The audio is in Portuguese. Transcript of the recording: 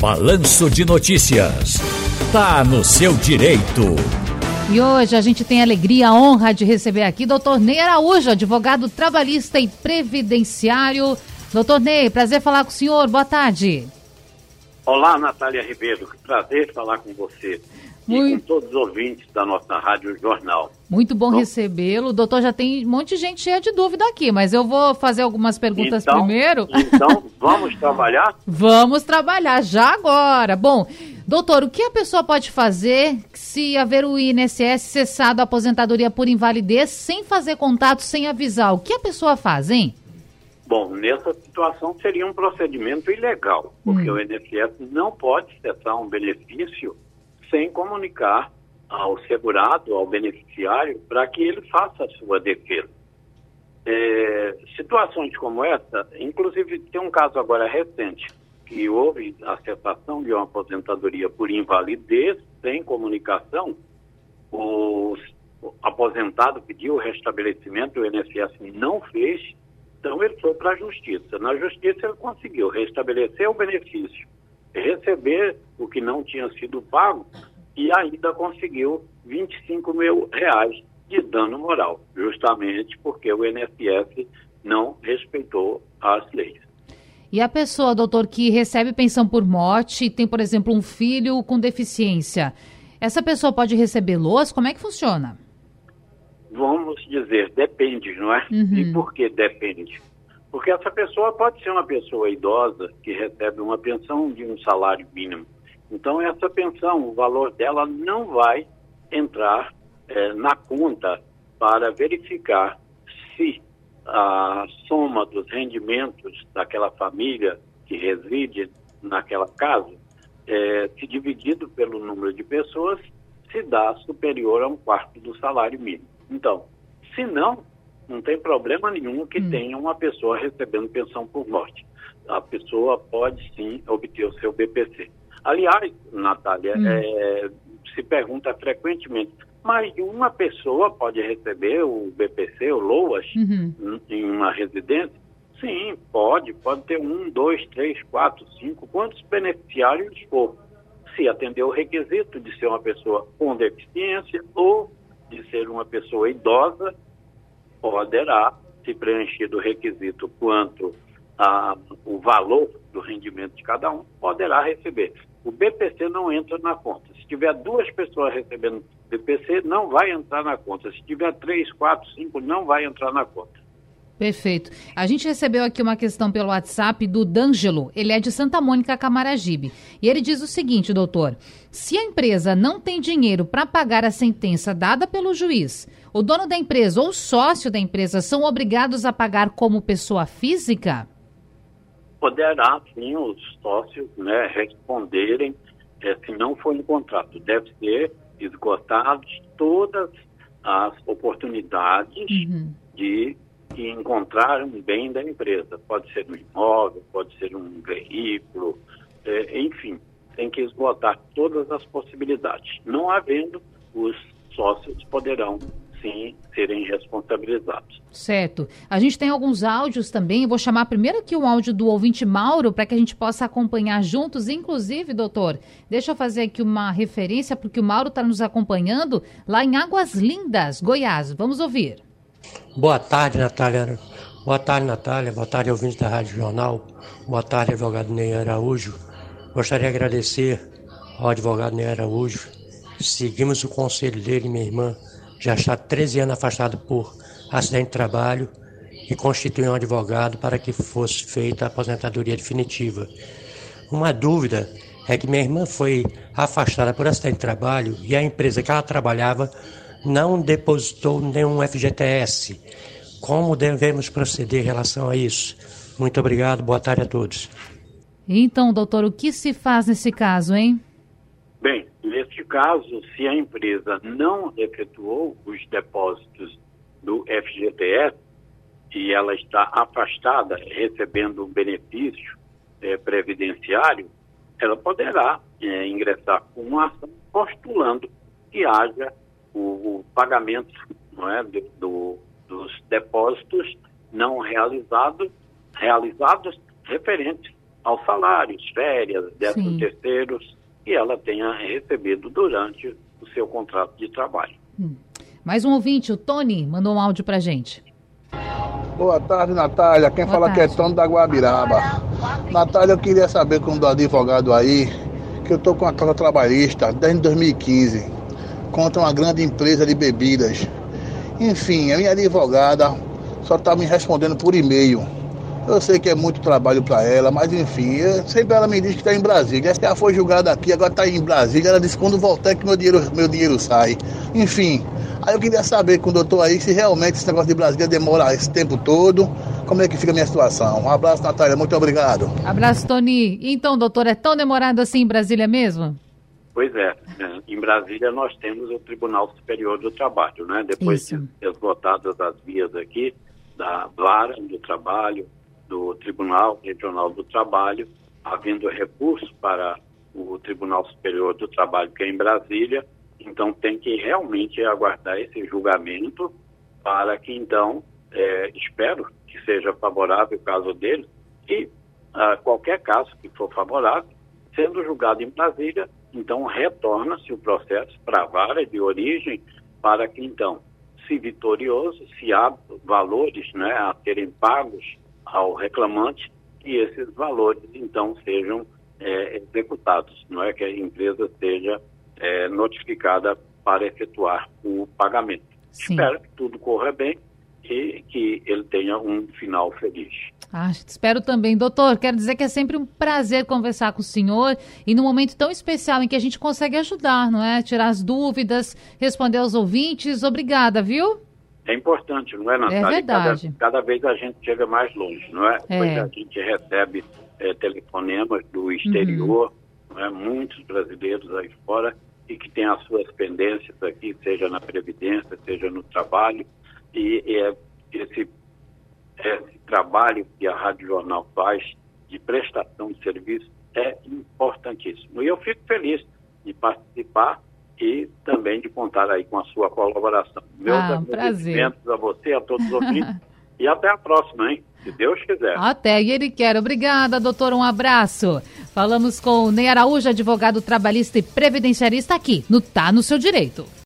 Balanço de Notícias. Tá no seu direito. E hoje a gente tem a alegria, a honra de receber aqui Dr. Ney Araújo, advogado trabalhista e previdenciário. Dr. Ney, prazer falar com o senhor, boa tarde. Olá, Natália Ribeiro, que prazer falar com você e com todos os ouvintes da nossa Rádio Jornal. Muito bom recebê-lo. Doutor, já tem um monte de gente cheia de dúvida aqui, mas eu vou fazer algumas perguntas primeiro. Então, vamos trabalhar? Vamos trabalhar já agora. Bom, doutor, o que a pessoa pode fazer se haver o INSS cessado a aposentadoria por invalidez sem fazer contato, sem avisar? O que a pessoa faz, hein? Bom, nessa situação seria um procedimento ilegal, porque o INSS não pode cessar um benefício sem comunicar ao segurado, ao beneficiário, para que ele faça a sua defesa. Situações como essa, inclusive tem um caso agora recente, que houve a cessação de uma aposentadoria por invalidez sem comunicação. O aposentado pediu o restabelecimento, o INSS não fez, então ele foi para a Justiça. Na Justiça ele conseguiu restabelecer o benefício, receber o que não tinha sido pago e ainda conseguiu R$25 mil de dano moral, justamente porque o INSS não respeitou as leis. E a pessoa, doutor, que recebe pensão por morte e tem, por exemplo, um filho com deficiência, essa pessoa pode receber LOAS? Como é que funciona? Vamos dizer, depende, não é? E por que depende? Porque essa pessoa pode ser uma pessoa idosa que recebe uma pensão de um salário mínimo. Então, essa pensão, o valor dela não vai entrar na conta para verificar se a soma dos rendimentos daquela família que reside naquela casa, se dividido pelo número de pessoas, se dá superior a 1/4 do salário mínimo. Então, se não tem problema nenhum que tenha uma pessoa recebendo pensão por morte. A pessoa pode sim obter o seu BPC. Aliás, Natália, se pergunta frequentemente, mais de uma pessoa pode receber o BPC, o LOAS, em uma residência? Sim, pode ter 1, 2, 3, 4, 5, quantos beneficiários for. Se atender o requisito de ser uma pessoa com deficiência ou de ser uma pessoa idosa, poderá, se preenchido o requisito quanto o valor do rendimento de cada um, poderá receber. O BPC não entra na conta. Se tiver 2 pessoas recebendo BPC, não vai entrar na conta. Se tiver 3, 4, 5, não vai entrar na conta. Perfeito. A gente recebeu aqui uma questão pelo WhatsApp do D'Angelo. Ele é de Santa Mônica, Camaragibe. E ele diz o seguinte, doutor: se a empresa não tem dinheiro para pagar a sentença dada pelo juiz, o dono da empresa ou o sócio da empresa são obrigados a pagar como pessoa física? Poderá, sim, os sócios responderem se não for encontrado. Deve ser esgotadas todas as oportunidades de encontrar um bem da empresa. Pode ser um imóvel, pode ser um veículo, enfim, tem que esgotar todas as possibilidades. Não havendo, os sócios poderão sim serem responsabilizados. Certo. A gente tem alguns áudios também. Eu vou chamar primeiro aqui o áudio do ouvinte Mauro para que a gente possa acompanhar juntos. Inclusive, doutor, deixa eu fazer aqui uma referência, porque o Mauro está nos acompanhando lá em Águas Lindas, Goiás. Vamos ouvir. Boa tarde, Natália. Boa tarde, Natália. Boa tarde, ouvintes da Rádio Jornal. Boa tarde, advogado Ney Araújo. Gostaria de agradecer ao advogado Ney Araújo. Seguimos o conselho dele, minha irmã já está 13 anos afastada por acidente de trabalho e constitui um advogado para que fosse feita a aposentadoria definitiva. Uma dúvida é que minha irmã foi afastada por acidente de trabalho e a empresa que ela trabalhava não depositou nenhum FGTS. Como devemos proceder em relação a isso? Muito obrigado, boa tarde a todos. Então, doutor, o que se faz nesse caso, hein? Bem, neste caso, se a empresa não efetuou os depósitos do FGTS e ela está afastada recebendo um benefício previdenciário, ela poderá ingressar com uma ação postulando que haja o pagamento, não é, dos depósitos não realizados referentes aos salários, férias, 13º, que ela tenha recebido durante o seu contrato de trabalho. Mais um ouvinte, o Tony, mandou um áudio pra gente. Boa tarde, Natália. Quem Boa fala tarde. aqui é Tony da Guabiraba. Natália, eu queria saber com o advogado aí, que eu estou com uma causa trabalhista desde 2015, contra uma grande empresa de bebidas. Enfim, a minha advogada só está me respondendo por e-mail. Eu sei que é muito trabalho para ela, mas enfim, sempre ela me diz que está em Brasília. Ela já foi julgada aqui, agora está em Brasília. Ela disse que quando voltar que meu dinheiro sai. Enfim, aí eu queria saber com o doutor aí se realmente esse negócio de Brasília demora esse tempo todo. Como é que fica a minha situação? Um abraço, Natália, muito obrigado. Abraço, Tony. Então, doutor, é tão demorado assim em Brasília mesmo? Pois é, em Brasília nós temos o Tribunal Superior do Trabalho, né? Depois de esgotadas as vias aqui, da Vara do Trabalho, do Tribunal Regional do Trabalho, havendo recurso para o Tribunal Superior do Trabalho, que é em Brasília, então tem que realmente aguardar esse julgamento para que então, espero que seja favorável o caso dele, e qualquer caso que for favorável, sendo julgado em Brasília, então retorna-se o processo para a vara de origem, para que então, se vitorioso, se há valores, né, a serem pagos ao reclamante, e esses valores então sejam executados, não é que a empresa seja notificada para efetuar o pagamento. Sim. Espero que tudo corra bem e que ele tenha um final feliz. Espero também. Doutor, quero dizer que é sempre um prazer conversar com o senhor e num momento tão especial em que a gente consegue ajudar, não é? Tirar as dúvidas, responder aos ouvintes. Obrigada, viu? É importante, não é, Natália? É verdade. Cada vez a gente chega mais longe, não é? Pois a gente recebe telefonemas do exterior, não é? Muitos brasileiros aí fora e que têm as suas pendências aqui, seja na Previdência, seja no trabalho, e esse trabalho que a Rádio Jornal faz de prestação de serviço é importantíssimo. E eu fico feliz de participar e também de contar aí com a sua colaboração. Meus agradecimentos a você, a todos os ouvintes, e até a próxima, hein? Se Deus quiser. Até, e ele quer. Obrigada, doutor, um abraço. Falamos com o Ney Araújo, advogado trabalhista e previdenciarista aqui no Tá no Seu Direito.